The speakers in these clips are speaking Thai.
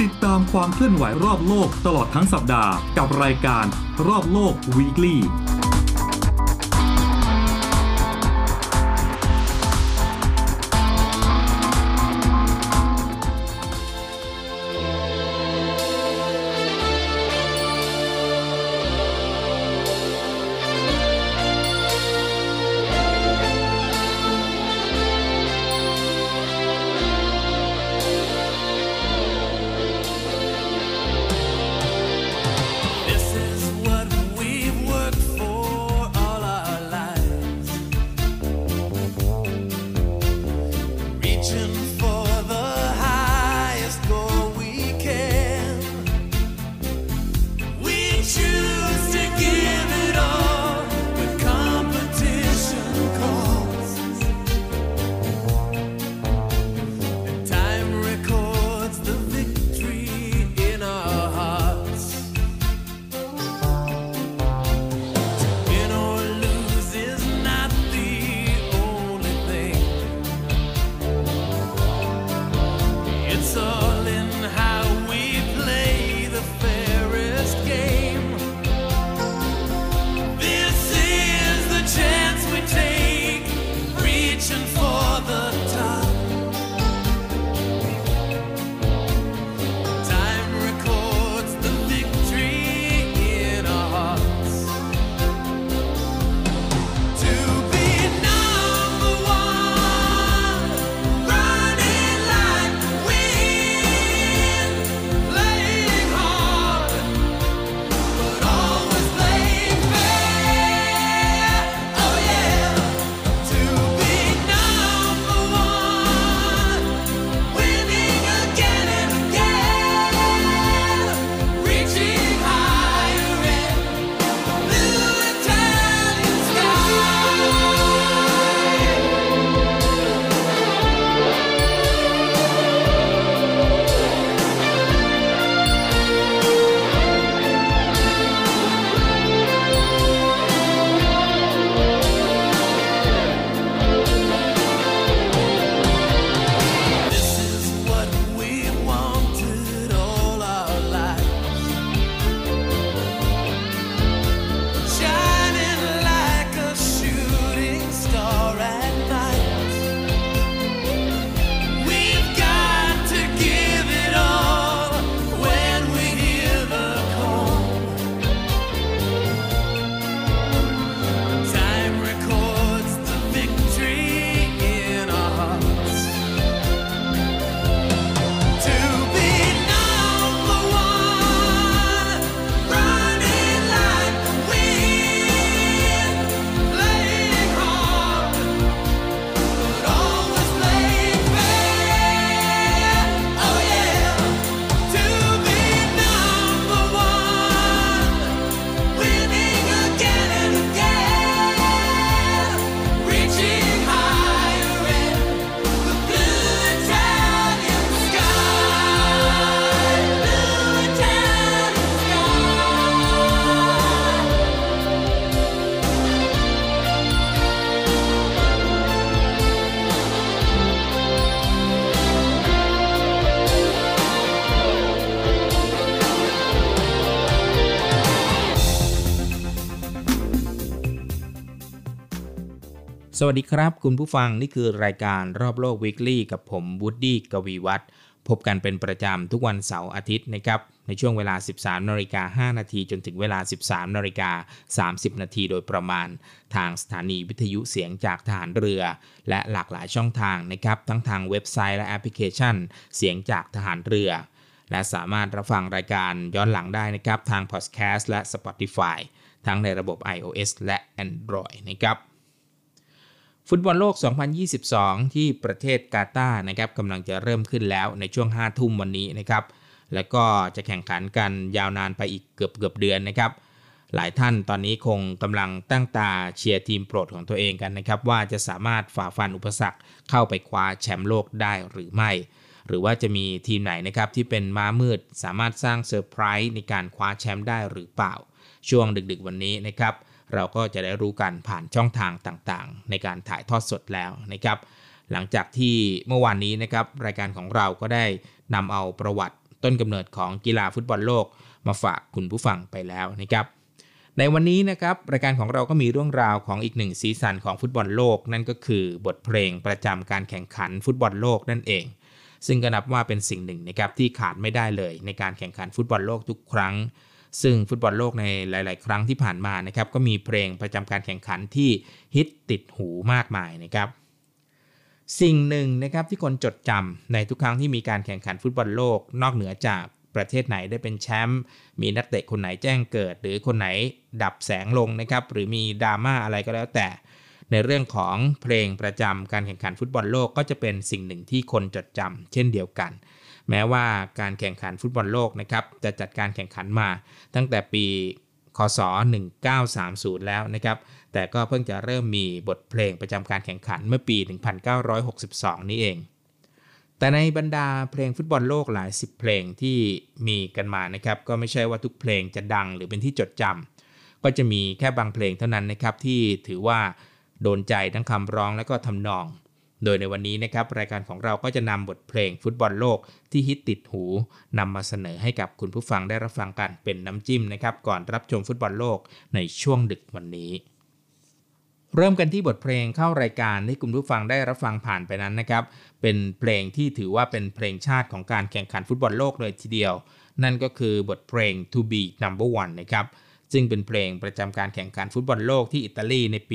ดตามความเคลื่อนไหวรอบโลกตลอดทั้งสัปดาห์กับรายการรอบโลก Weekly สวัสดีครับคุณผู้ฟังนี่คือรายการรอบโลก Weekly กับผมวูดดี้กวีวัฒน์พบกันเป็นประจำทุกวันเสาร์อาทิตย์นะครับในช่วงเวลา 13:05 น.จนถึงเวลา 13:30 น.โดยประมาณทางสถานีวิทยุเสียงจากทหารเรือและหลากหลายช่องทางนะครับทั้งทางเว็บไซต์และแอปพลิเคชันเสียงจากทหารเรือและสามารถรับฟังรายการย้อนหลังได้นะครับทางพอดแคสต์และ Spotify ทั้งในระบบ iOS และ Android นะครับฟุตบอลโลก 2022 ที่ประเทศกาตาร์นะครับกำลังจะเริ่มขึ้นแล้วในช่วง 5 ทุ่มวันนี้นะครับแล้วก็จะแข่งขันกันยาวนานไปอีกเกือบเดือนนะครับหลายท่านตอนนี้คงกำลังตั้งตาเชียร์ทีมโปรดของตัวเองกันนะครับว่าจะสามารถฝ่าฟันอุปสรรคเข้าไปคว้าแชมป์โลกได้หรือไม่หรือว่าจะมีทีมไหนนะครับที่เป็นม้ามืดสามารถสร้างเซอร์ไพรส์ในการคว้าแชมป์ได้หรือเปล่าช่วงดึกๆวันนี้นะครับเราก็จะได้รู้กันผ่านช่องทางต่างๆในการถ่ายทอดสดแล้วนะครับหลังจากที่เมื่อวานนี้นะครับรายการของเราก็ได้นำเอาประวัติต้นกำเนิดของกีฬาฟุตบอลโลกมาฝากคุณผู้ฟังไปแล้วนะครับในวันนี้นะครับรายการของเราก็มีเรื่องราวของอีกหนึ่งซีซั่นของฟุตบอลโลกนั่นก็คือบทเพลงประจำการแข่งขันฟุตบอลโลกนั่นเองซึ่งก็นับว่าเป็นสิ่งหนึ่งนะครับที่ขาดไม่ได้เลยในการแข่งขันฟุตบอลโลกทุกครั้งซึ่งฟุตบอลโลกในหลายๆครั้งที่ผ่านมานะครับก็มีเพลงประจำการแข่งขันที่ฮิตติดหูมากมายนะครับสิ่งหนึ่งนะครับที่คนจดจำในทุกครั้งที่มีการแข่งขันฟุตบอลโลกนอกเหนือจากประเทศไหนได้เป็นแชมป์มีนักเตะคนไหนแจ้งเกิดหรือคนไหนดับแสงลงนะครับหรือมีดราม่าอะไรก็แล้วแต่ในเรื่องของเพลงประจำการแข่งขันฟุตบอลโลกก็จะเป็นสิ่งหนึ่งที่คนจดจำเช่นเดียวกันแม้ว่าการแข่งขันฟุตบอลโลกนะครับจะจัดการแข่งขันมาตั้งแต่ปีคศ1930แล้วนะครับแต่ก็เพิ่งจะเริ่มมีบทเพลงประจำการแข่งขันเมื่อปี1962นี้เองแต่ในบรรดาเพลงฟุตบอลโลกหลาย10เพลงที่มีกันมานะครับก็ไม่ใช่ว่าทุกเพลงจะดังหรือเป็นที่จดจำก็จะมีแค่บางเพลงเท่านั้นนะครับที่ถือว่าโดนใจทั้งคำร้องและก็ทำนองโดยในวันนี้นะครับรายการของเราก็จะนำบทเพลงฟุตบอลโลกที่ฮิตติดหูนำมาเสนอให้กับคุณผู้ฟังได้รับฟังกันเป็นน้ำจิ้มนะครับก่อนรับชมฟุตบอลโลกในช่วงดึกวันนี้เริ่มกันที่บทเพลงเข้ารายการที่คุณผู้ฟังได้รับฟังผ่านไปนั้นนะครับเป็นเพลงที่ถือว่าเป็นเพลงชาติของการแข่งขันฟุตบอลโลกเลยทีเดียวนั่นก็คือบทเพลง To Be Number One นะครับซึ่งเป็นเพลงประจำการแข่งขันฟุตบอลโลกที่อิตาลีในปี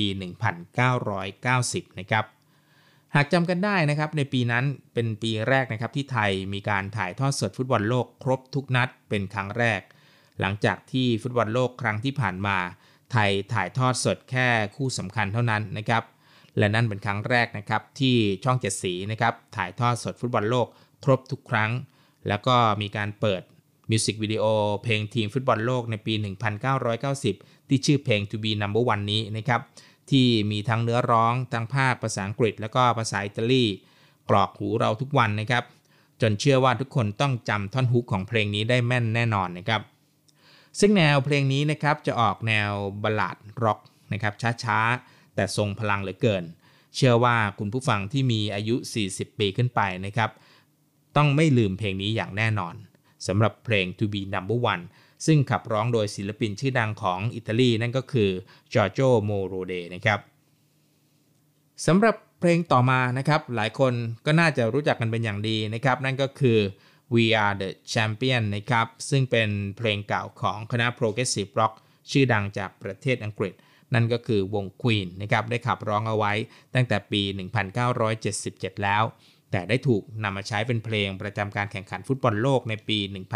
1990 นะครับหากจำกันได้นะครับในปีนั้นเป็นปีแรกนะครับที่ไทยมีการถ่ายทอดสดฟุตบอลโลกครบทุกนัดเป็นครั้งแรกหลังจากที่ฟุตบอลโลกครั้งที่ผ่านมาไทยถ่ายทอดสดแค่คู่สำคัญเท่านั้นนะครับและนั่นเป็นครั้งแรกนะครับที่ช่อง7สีนะครับถ่ายทอดสดฟุตบอลโลกครบทุกครั้งแล้วก็มีการเปิดมิวสิกวิดีโอเพลงทีมฟุตบอลโลกในปี 1990 ที่ชื่อเพลง To Be Number One นี้นะครับที่มีทั้งเนื้อร้องทั้งภาคภาษาอังกฤษแล้วก็ภาษาอิตาลีกรอกหูเราทุกวันนะครับจนเชื่อว่าทุกคนต้องจำท่อนฮุกของเพลงนี้ได้แม่นแน่นอนนะครับซึ่งแนวเพลงนี้นะครับจะออกแนวบัลลาดร็อกนะครับช้าๆแต่ทรงพลังเหลือเกินเชื่อว่าคุณผู้ฟังที่มีอายุ40ปีขึ้นไปนะครับต้องไม่ลืมเพลงนี้อย่างแน่นอนสำหรับเพลง To Be Number One ซึ่งขับร้องโดยศิลปินชื่อดังของอิตาลีนั่นก็คือจอร์โจ โมโรเดนะครับสำหรับเพลงต่อมานะครับหลายคนก็น่าจะรู้จักกันเป็นอย่างดีนะครับนั่นก็คือ We Are the Champion นะครับซึ่งเป็นเพลงเก่าของคณะ Progressive Rock ชื่อดังจากประเทศอังกฤษนั่นก็คือวง Queen นะครับได้ขับร้องเอาไว้ตั้งแต่ปี 1977 แล้วแต่ได้ถูกนำมาใช้เป็นเพลงประจำการแข่งขันฟุตบอลโลกในปี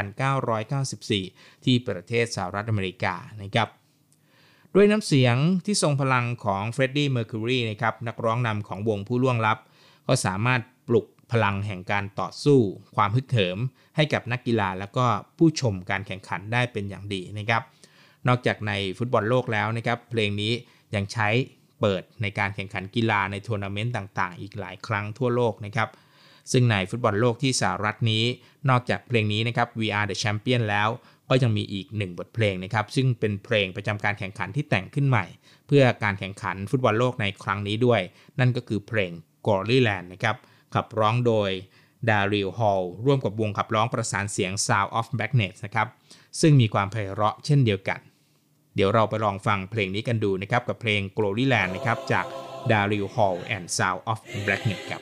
1994 ที่ประเทศสหรัฐอเมริกานะครับด้วยน้ำเสียงที่ทรงพลังของเฟรดดี้ เมอร์คิวรีนะครับนักร้องนำของวงผู้ล่วงลับก็สามารถปลุกพลังแห่งการต่อสู้ความฮึกเหิมให้กับนักกีฬาและก็ผู้ชมการแข่งขันได้เป็นอย่างดีนะครับนอกจากในฟุตบอลโลกแล้วนะครับเพลงนี้ยังใช้เปิดในการแข่งขันกีฬาในทัวร์นาเมนต์ต่างๆอีกหลายครั้งทั่วโลกนะครับซึ่งในฟุตบอลโลกที่สหรัฐนี้นอกจากเพลงนี้นะครับ We Are the Champion แล้วก็ยังมีอีก1บทเพลงนะครับซึ่งเป็นเพลงประจำการแข่งขันที่แต่งขึ้นใหม่เพื่อการแข่งขันฟุตบอลโลกในครั้งนี้ด้วยนั่นก็คือเพลง Gloryland นะครับขับร้องโดย Daryl Hall ร่วมกับวงขับร้องประสานเสียง Sound of Blackness นะครับซึ่งมีความไพเราะเช่นเดียวกันเดี๋ยวเราไปลองฟังเพลงนี้กันดูนะครับกับเพลง Gloryland นะครับจาก Daryl Hall and Sound of Blackness ครับ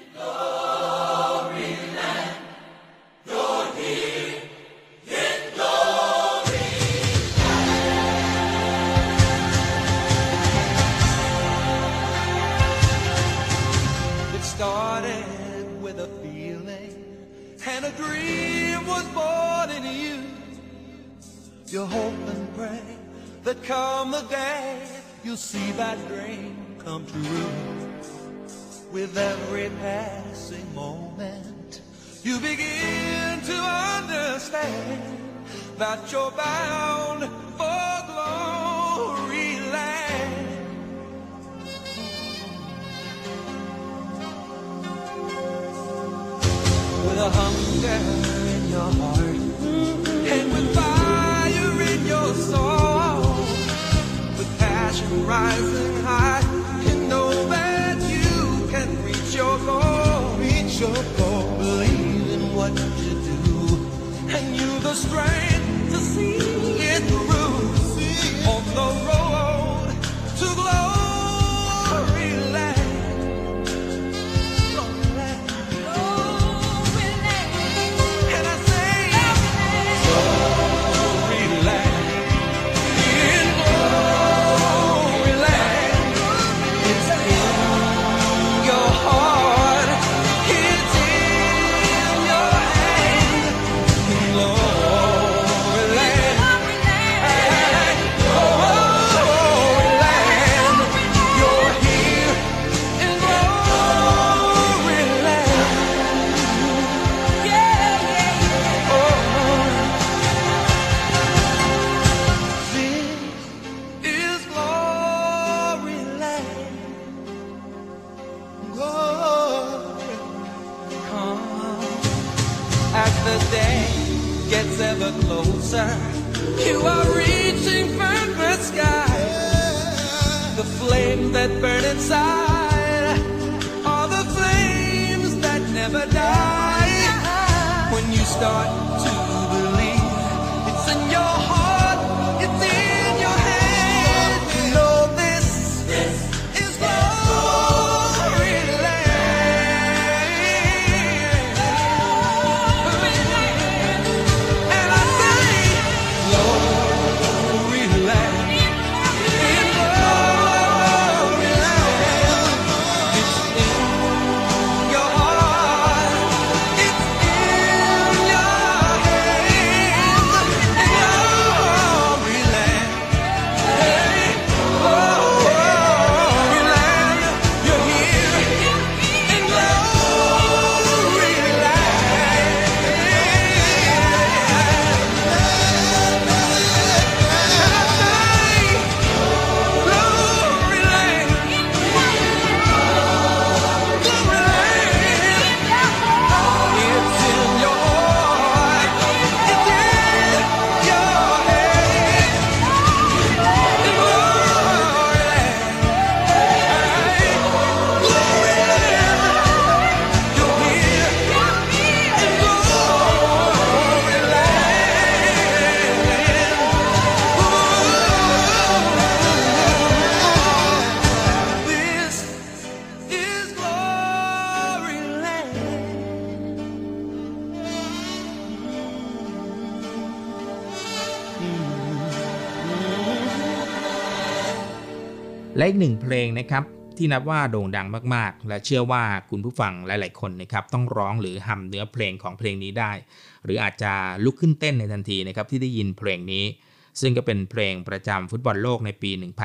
Started with a feeling and a dream was born in you. You hope and pray that come the day you'll see that dream come true. With every passing moment you begin to understand that you're bound for glory land. With a hunger in your heart and with fire in your soul, with passion rising high, you know that you can reach your goal. Reach your goal. Believe in what you do, and you strength to see it through on the road to glory land. And I say, glory land, in glory land, it's in your heart, it's in your hand, in glory land, and glory land, you're here in glory land. This is glory land. Glory. As the day gets ever closer, you are reaching perfect sky. The flame that burn inside are the flames that never die. When you start to believe, it's in your heart, it's in your hand. You know this is glory land. And I say, glory land, in glory land, it's in your heart, it's in your hands, in glory land. Hey, glory land, you're here in glory land. Glory land, glory land, it's in your heart, it's in your head, in glory land, glory land, you're here in glory land. This is glory land. และอีกหนึ่งเพลงนะครับที่นับว่าโด่งดังมากๆและเชื่อว่าคุณผู้ฟังหลายๆคนนะครับต้องร้องหรือฮัมเนื้อเพลงของเพลงนี้ได้ หรืออาจจะลุกขึ้นเต้นในทันทีนะครับที่ได้ยินเพลงนี้ ซึ่งก็เป็นเพลงประจำฟุตบอลโลกในปี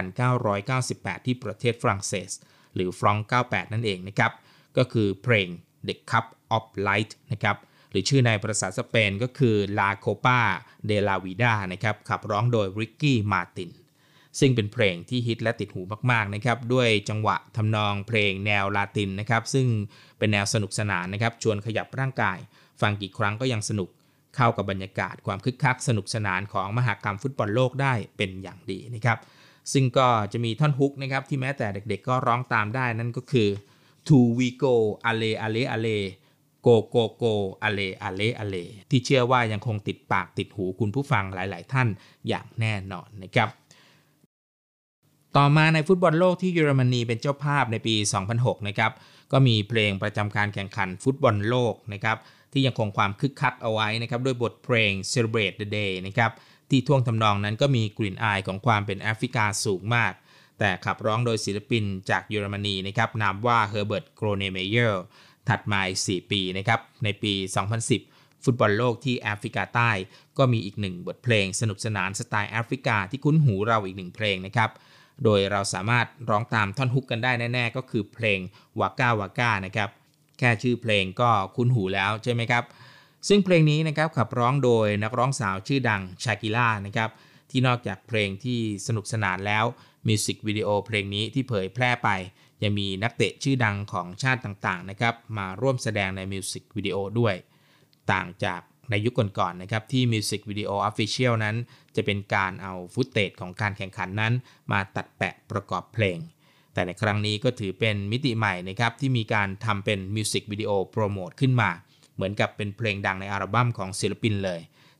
1998 ที่ประเทศฝรั่งเศสหรือฟรองก์98 นั่นเองนะครับก็คือเพลง The Cup of Light นะครับหรือชื่อในภาษาสเปนก็คือ La Copa de la Vida นะครับขับร้องโดย Ricky Martin ซึ่งเป็นเพลงที่ฮิตและติดหูมากๆนะครับด้วยจังหวะทำนองเพลงแนวลาตินนะครับซึ่งเป็นแนวสนุกสนานนะครับชวนขยับร่างกายฟังกี่ครั้งก็ยังสนุกเข้ากับบรรยากาศความคึกคักสนุกสนานของมหกรรมฟุตบอลโลกได้เป็นอย่างดีนะครับซึ่งก็จะมีท่อนฮุกนะครับที่แม้แต่เด็กๆก็ร้องตามได้นั่นก็คือ To we go ale ale ale go go go ale ale ale ที่เชื่อว่ายังคงติดปากติดหูคุณผู้ฟังหลายๆท่านอย่างแน่นอนนะครับต่อมาในฟุตบอลโลกที่เยอรมนีเป็นเจ้าภาพในปี 2006 นะครับก็มีเพลงประจำการแข่งขันฟุตบอลโลกนะครับที่ยังคงความคึกคักเอาไว้นะครับด้วยบทเพลง Celebrate the Day นะครับที่ท่วงทำนองนั้นก็มีกลิ่นอายของความเป็นแอฟริกาสูงมากแต่ขับร้องโดยศิลปินจากเยอรมนีนะครับนามว่า Herbert Grönemeyer ถัดมาอีก4 ปีนะครับในปี 2010 ฟุตบอลโลกที่แอฟริกาใต้ก็มีอีกหนึ่งบทเพลงสนุกสนานสไตล์แอฟริกาที่คุ้นหูเราอีกหนึ่งเพลงนะครับโดยเราสามารถร้องตามท่อนฮุกกันได้แน่ๆก็คือเพลงวาก้าวาก้านะครับแค่ชื่อเพลงก็คุ้นหูแล้วใช่ไหมครับซึ่งเพลงนี้นะครับขับร้องโดยนักร้องสาวชื่อดังชากิล่านะครับที่นอกจากเพลงที่สนุกสนานแล้วมิวสิกวิดีโอเพลงนี้ที่เผยแพร่ไปยังมีนักเตะชื่อดังของชาติต่างๆนะครับมาร่วมแสดงในมิวสิกวิดีโอด้วยต่างจากในยุคก่อนๆนะครับที่มิวสิกวิดีโอออฟฟิเชียลนั้นจะเป็นการเอาฟุตเทจของการแข่งขันนั้นมาตัดแปะประกอบเพลงแต่ในครั้งนี้ก็ถือเป็นมิติใหม่นะครับที่มีการทำเป็นมิวสิกวิดีโอโปรโมทขึ้นมาเหมือนกับเป็นเพลงดังในอัลบั้มของศิลปินเลย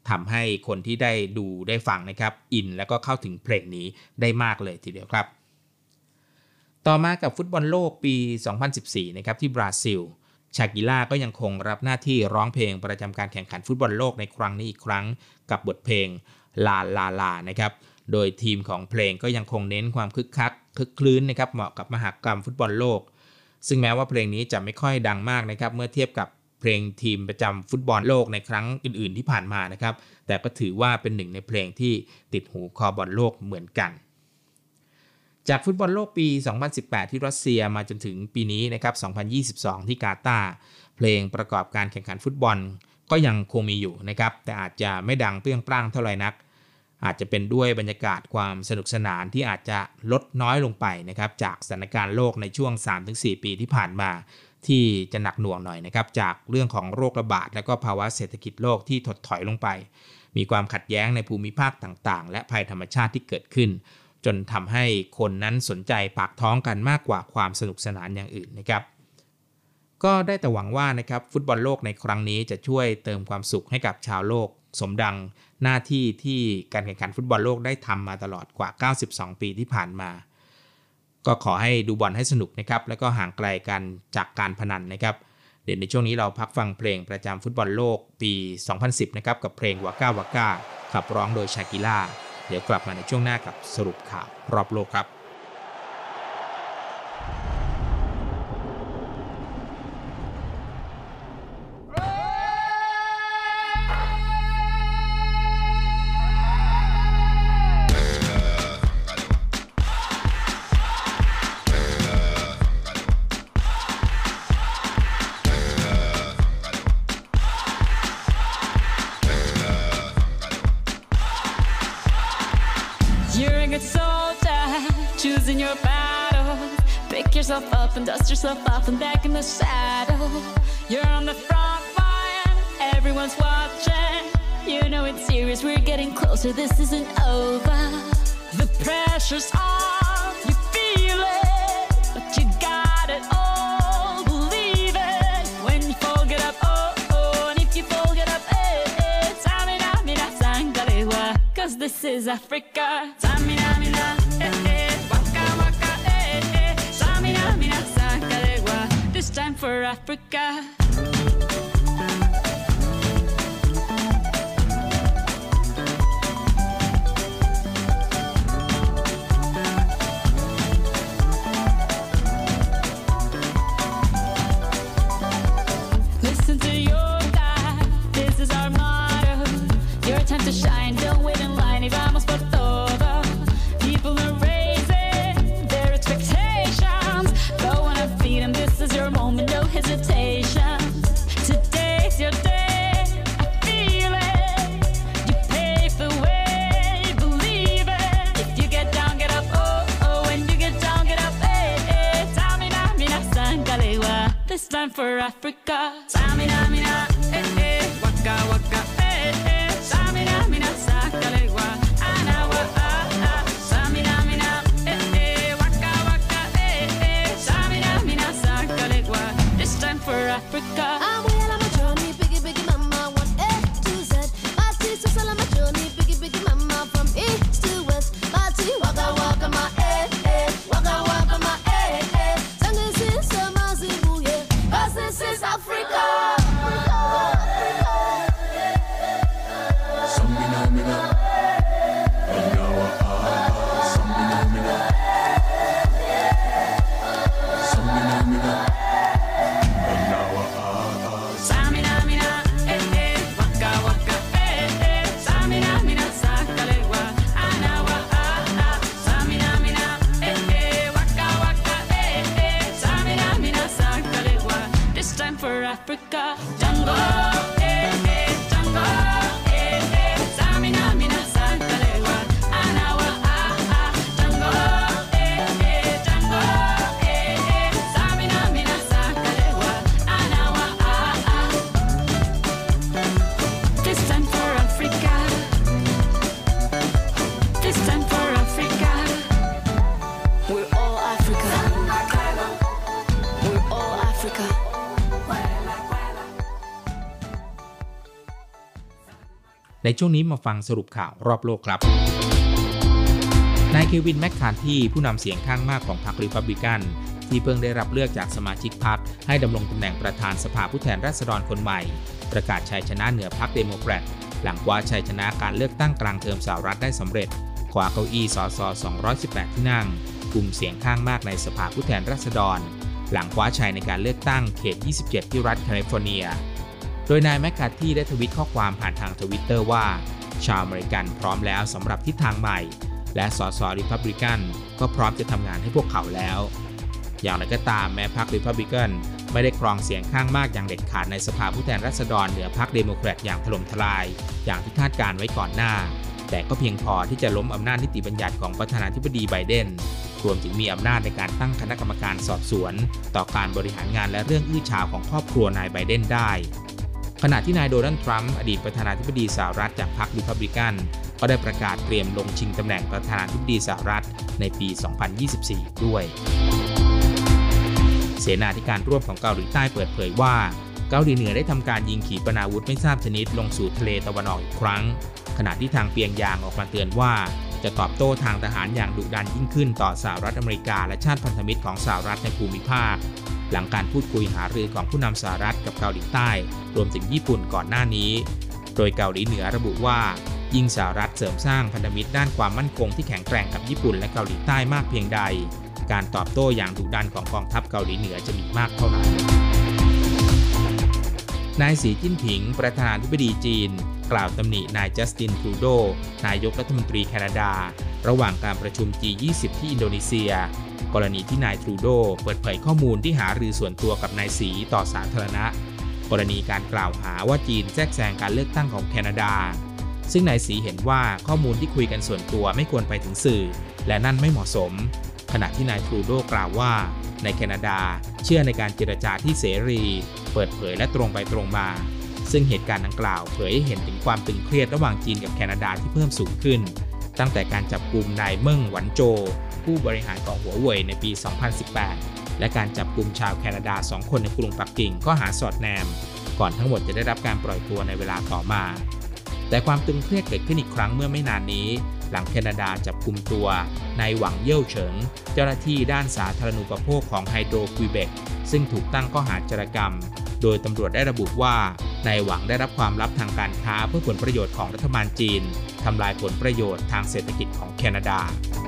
ทำให้คนที่ได้ดูได้ฟังนะครับอินแล้วก็เข้าถึงเพลงนี้ได้มากเลยทีเดียวครับต่อมากับฟุตบอลโลกปี 2014 นะครับที่บราซิลชากิล่าก็ยังคงรับหน้าที่ร้องเพลงประจำการแข่งขันฟุตบอลโลกในครั้งนี้อีกครั้งกับบทเพลงลาลาลานะครับโดยทีมของเพลงก็ยังคงเน้นความคึกคักคึกคลื้นนะครับเหมาะกับมหกรรมฟุตบอลโลกซึ่งแม้ว่าเพลงนี้จะไม่ค่อยดังมากนะครับเมื่อเทียบกับเพลงทีมประจำฟุตบอลโลกในครั้งอื่นๆที่ผ่านมานะครับแต่ก็ถือว่าเป็นหนึ่งในเพลงที่ติดหูคอบอลโลกเหมือนกันจากฟุตบอลโลกปี 2018 ที่รัสเซียมาจนถึงปีนี้นะครับ2022 ที่กาตาร์เพลงประกอบการแข่งขันฟุตบอลก็ยังคงมีอยู่นะครับแต่อาจจะไม่ดังเปรี้ยงปร้างเท่าไหร่นักอาจจะเป็นด้วยบรรยากาศความสนุกสนานที่อาจจะลดน้อยลงไปนะครับจากสถานการณ์โลกในช่วง 3-4 ปีที่ผ่านมาที่จะหนักหน่วงหน่อยนะครับจากเรื่องของโรคระบาดและก็ภาวะเศรษฐกิจโลกที่ถดถอยลงไปมีความขัดแย้งในภูมิภาคต่างๆและภัยธรรมชาติที่เกิดขึ้นจนทำให้คนนั้นสนใจปากท้องกันมากกว่าความสนุกสนานอย่างอื่นนะครับก็ได้แต่หวังว่านะครับฟุตบอลโลกในครั้งนี้จะช่วยเติมความสุขให้กับชาวโลกสมดังหน้าที่ที่การแข่งขันฟุตบอลโลกได้ทำมาตลอดกว่า92ปีที่ผ่านมาก็ขอให้ดูบอลให้สนุกนะครับแล้วก็ห่างไกลกันจากการพนันนะครับเดี๋ยวในช่วงนี้เราพักฟังเพลงประจำฟุตบอลโลกปี 2010 นะครับกับเพลงวาก้าวาก้าขับร้องโดยชากิล่าเดี๋ยวกลับมาในช่วงหน้ากับสรุปข่าวรอบโลกครับ choosing your battles. Pick yourself up and dust yourself off and back in the saddle. You're on the front line, everyone's watching. You know it's serious, we're getting closer, this isn't over. The pressure's on, you feel it, but you got it all, believe it. When you fall, get up, oh, oh, and if you fall, get up, eh, eh. Samina, mina, sangalewa, cause this is Africa. Samina, mina, eh, eh, waka, waka, eh, eh. Samina, mina, sangalewa, this time for Africa. Listen to your God, this is our motto. Your time to shine, don't wait in line y vamos por todo. People are raising their expectations. Go on and feed them, this is your moment, no hesitation. Today's your day, I feel it. You pave the way, believe it. If you get down, get up, oh, oh. When you get down, get up, eh, eh. Samina, mina, sangalewa, this time for Africa. Samina, mina, eh, eh. Waka, waka, eh, eh. Samina, mina, sangalewa, anawa, ah, ah. Samina, mina, eh, eh. Waka, waka, eh, eh. Samina, mina, sangalewa, this time for Africa. I'm well on my journey, biggie, biggie mama, one A to Z. My teacher's all on my journey, biggie, biggie mama, from east to west. My tea, waka, waka, my waka, waka, my Sing this is Africa. ในช่วงนี้มาฟังสรุปข่าวรอบโลกครับนายเควินแมคคาร์ธีผู้นำเสียงข้างมากของพรรครีพับลิกันที่เพิ่งได้รับเลือกจากสมาชิกพรรคให้ดำรงตำแหน่งประธานสภาผู้แทนราษฎรคนใหม่ประกาศชัยชนะเหนือพรรคเดโมแครตหลังคว้าชัยชนะการเลือกตั้งกลางเทอมสหรัฐได้สำเร็จคว้าเก้าอี้สส218ที่นั่งกลุ่มเสียงข้างมากในสภาผู้แทนราษฎรหลังคว้าชัยในการเลือกตั้งเขต27ที่รัฐแคลิฟอร์เนียโดยนายแมคคาร์ธีได้ทวิตข้อความผ่านทางทวิตเตอร์ว่าชาวอเมริกันพร้อมแล้วสำหรับทิศทางใหม่และสสริพับลิกันก็พร้อมจะทำงานให้พวกเขาแล้วอย่างไรก็ตามแม้พรรคริพับลิกันไม่ได้ครองเสียงข้างมากอย่างเด็ดขาดในสภาผู้แทนราษฎรเหนือพรรคเดโมแครตอย่างถล่มทลายอย่างที่คาดการไว้ก่อนหน้าแต่ก็เพียงพอที่จะล้มอำนาจนิติบัญญัติของประธานาธิบดีไบเดนรวมถึงมีอำนาจในการตั้งคณะกรรมการสอบสวนต่อการบริหารงานและเรื่องอื้อฉาวของครอบครัวนายไบเดนได้ขณะที่นายโดนัลด์ทรัมป์อดีตประธานาธิบดีสหรัฐจากพรรคริพับลิกันก็ได้ประกาศเตรียมลงชิงตำแหน่งประธานาธิบดีสหรัฐในปี 2024 ด้วยเสนาธิการร่วมของเกาหลีใต้เปิดเผยว่าเกาหลีเหนือได้ทำการยิงขีปนาวุธไม่ทราบชนิดลงสู่ทะเลตะวันออกอีกครั้งขณะที่ทางเปียงยางออกมาเตือนว่าจะตอบโต้ทางทหารอย่างดุดันยิ่งขึ้นต่อสหรัฐอเมริกาและชาติพันธมิตรของสหรัฐในภูมิภาคหลังการพูดคุยหารือของผู้นำสหรัฐกับเกาหลีใต้รวมถึงญี่ปุ่นก่อนหน้านี้โดยเกาหลีเหนือระบุว่ายิ่งสหรัฐเสริมสร้างพันธมิตรด้านความมั่นคงที่แข็งแกร่งกับญี่ปุ่นและเกาหลีใต้มากเพียงใดการตอบโต้อย่างดุดันของกองทัพเกาหลีเหนือจะมีมากเท่านั้นนายสีจิ้นผิงประธานาธิบดีจีนกล่าวตำหนินายจัสตินทรูโดนายกรัฐมนตรีแคนาดาระหว่างการประชุม G20 ที่อินโดนีเซียกรณีที่นายทรูโดเปิดเผยข้อมูลที่หารือส่วนตัวกับนายสีต่อสาธารณะกรณีการกล่าวหาว่าจีนแทรกแซงการเลือกตั้งของแคนาดาซึ่งนายสีเห็นว่าข้อมูลที่คุยกันส่วนตัวไม่ควรไปถึงสื่อและนั่นไม่เหมาะสมขณะที่นายทรูโดกล่าวว่าในแคนาดาเชื่อในการเจรจาที่เสรีเปิดเผยและตรงไปตรงมาซึ่งเหตุการณ์ดังกล่าวเผยให้เห็นถึงความตึงเครียดระหว่างจีนกับแคนาดาที่เพิ่มสูงขึ้นตั้งแต่การจับกุมนายเมิ่งหวันโจผู้บริหารของหัวเว่ยในปี 2018 และการจับกุมชาวแคนาดา2 คนในกรุงปักกิ่งข้อหาสอดแนมก่อนทั้งหมดจะได้รับการปล่อยตัวในเวลาต่อมาแต่ความตึงเครียดเกิดขึ้นอีกครั้งเมื่อไม่นานนี้หลังแคนาดาจับกุมตัวนายหวังเย่าเฉิงเจ้าหน้าที่ด้านสาธารณูปโภคของไฮโดรควิเบกซึ่งถูกตั้งข้อหาจารกรรมโดยตำรวจได้ระบุว่านายหวังได้รับความลับทางการค้าเพื่อผลประโยชน์ของรัฐบาลจีนทำลายผลประโยชน์ทางเศรษฐกิจของแคนาดา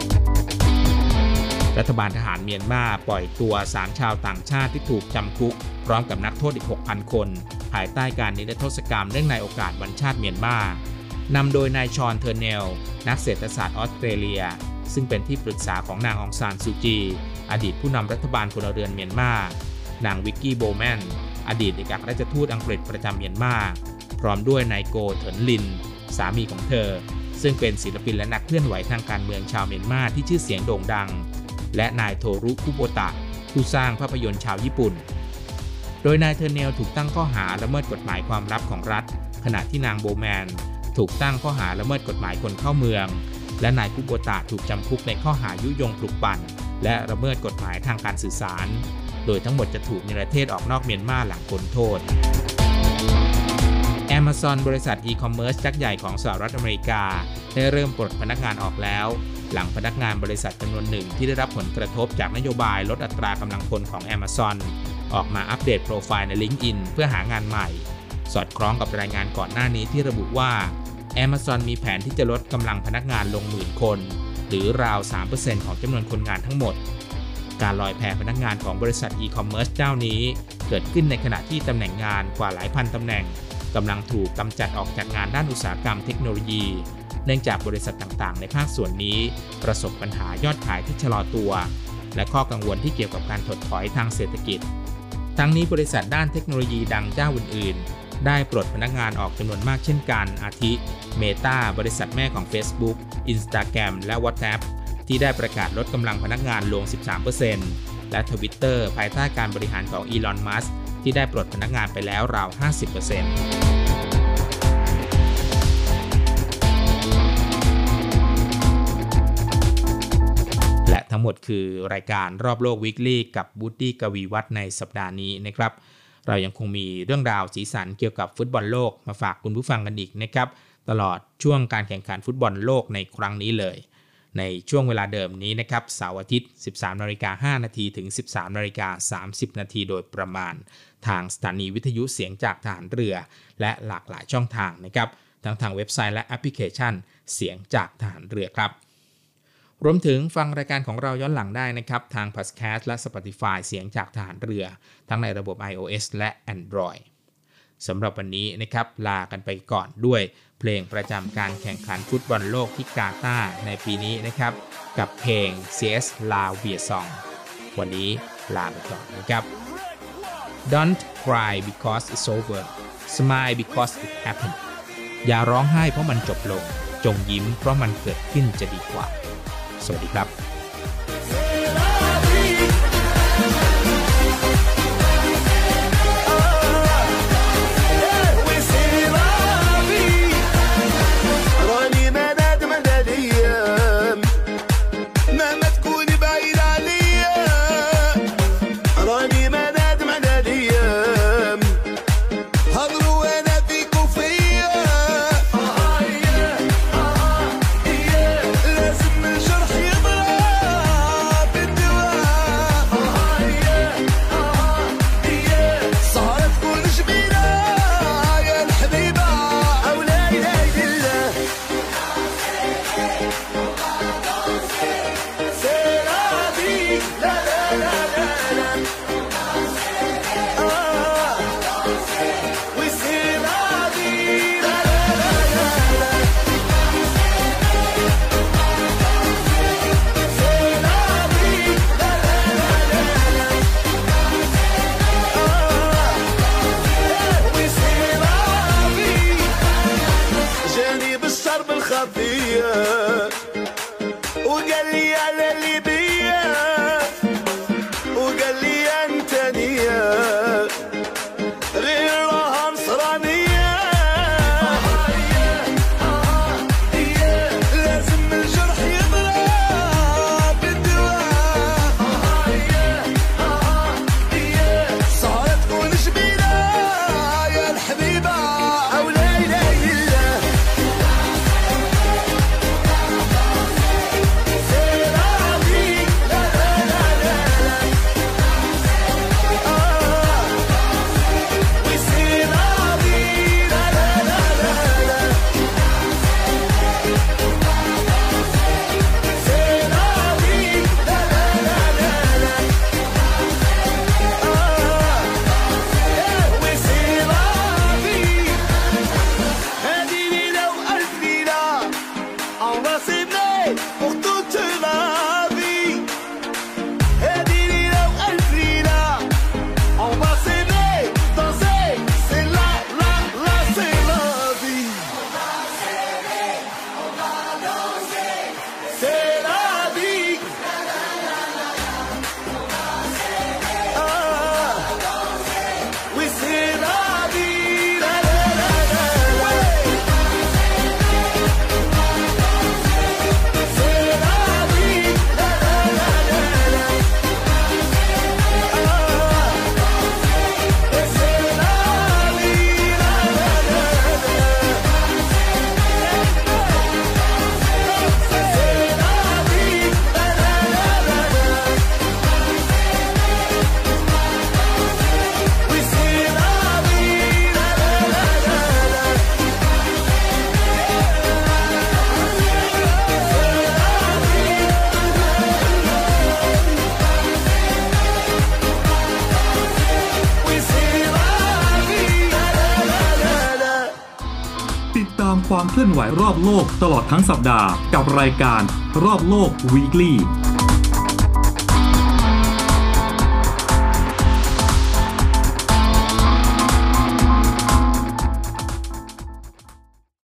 รัฐบาลทหารเมียนมาปล่อยตัว3ชาวต่างชาติที่ถูกจำคุกพร้อมกับนักโทษอีก 6,000 คนภายใต้การนิรโทษกรรมเนื่องในโอกาสวันชาติเมียนมานำโดยนายชอนเทอร์เนลนักเศรษฐศาสตร์ออสเตรเลียซึ่งเป็นที่ปรึกษาของนางองซานซูจีอดีตผู้นำรัฐบาลพลเรือนเมียนมานางวิกกี้โบแมนอดีตเอกอัครราชทูตอังกฤษประจำเมียนมาพร้อมด้วยนายโกเถินลินสามีของเธอซึ่งเป็นศิลปินและนักเคลื่อนไหวทางการเมืองชาวเมียนมาที่ชื่อเสียงโด่งดังและนายโทรุคุโบตะผู้สร้างภาพยนตร์ชาวญี่ปุ่นโดยนายเทอร์เนลถูกตั้งข้อหาละเมิดกฎหมายความลับของรัฐขณะที่นางโบแมนถูกตั้งข้อหาละเมิดกฎหมายคนเข้าเมืองและนายคุโบตะถูกจำคุกในข้อหายุยงปลุกปั่นและละเมิดกฎหมายทางการสื่อสารโดยทั้งหมดจะถูกนิรเทศออกนอกเมียนมาหลังพ้นโทษ Amazon บริษัทอีคอมเมิร์ซยักษ์ใหญ่ของสหรัฐอเมริกาได้เริ่มปลดพนักงานออกแล้วหลังพนักงานบริษัทจำนวนหนึ่งที่ได้รับผลกระทบจากนโยบายลดอัตรากำลังพลของ Amazon ออกมาอัปเดตโปรไฟล์ใน LinkedIn เพื่อหางานใหม่สอดคล้องกับรายงานก่อนหน้านี้ที่ระบุว่า Amazon มีแผนที่จะลดกำลังพนักงานลงหมื่นคนหรือราว 3% ของจำนวนคนงานทั้งหมดการลอยแพพนักงานของบริษัทอีคอมเมิร์ซเจ้านี้เกิดขึ้นในขณะที่ตำแหน่งงานกว่าหลายพันตำแหน่งกำลังถูกกำจัดออกจากงานด้านอุตสาหกรรมเทคโนโลยีเนื่องจากบริษัทต่างๆในภาคส่วนนี้ประสบปัญหายอดขายที่ชะลอตัวและข้อกังวลที่เกี่ยวกับการถดถอยทางเศรษฐกิจทั้งนี้บริษัทด้านเทคโนโลยีดังเจ้าอื่นๆได้ปลดพนักงานออกจำนวนมากเช่นกันอาทิ Meta บริษัทแม่ของ Facebook Instagram และ WhatsApp ที่ได้ประกาศลดกำลังพนักงานลง 13% และ Twitter ภายใต้การบริหารของอีลอน มัสก์ที่ได้ปลดพนักงานไปแล้วราว 50% และทั้งหมดคือรายการรอบโลก Weekly กับวูดดี้ กวีวัฒน์ในสัปดาห์นี้นะครับเรายังคงมีเรื่องราวสีสันเกี่ยวกับฟุตบอลโลกมาฝากคุณผู้ฟังกันอีกนะครับตลอดช่วงการแข่งขันฟุตบอลโลกในครั้งนี้เลยในช่วงเวลาเดิมนี้นะครับเสาร์อาทิตย์ 13:05 น.ถึง 13:30 น.โดยประมาณทางสถานีวิทยุเสียงจากทหารเรือและหลากหลายช่องทางนะครับทั้งทางเว็บไซต์และแอปพลิเคชันเสียงจากทหารเรือครับรวมถึงฟังรายการของเราย้อนหลังได้นะครับทาง Podcast และ Spotify เสียงจากทหารเรือทั้งในระบบ iOS และ Android สำหรับวันนี้นะครับลากันไปก่อนด้วยเพลงประจำการแข่งขันฟุตบอลโลกที่กาตาร์ในปีนี้นะครับกับเพลง CS La Vie Song วันนี้ลาไปก่อนนะครับ Don't cry because it's over Smile because it happened อย่าร้องไห้เพราะมันจบลงจงยิ้มเพราะมันเกิดขึ้นจะดีกว่าสวัสดีครับความเคลื่อนไหวรอบโลกตลอดทั้งสัปดาห์กับรายการรอบโลก Weekly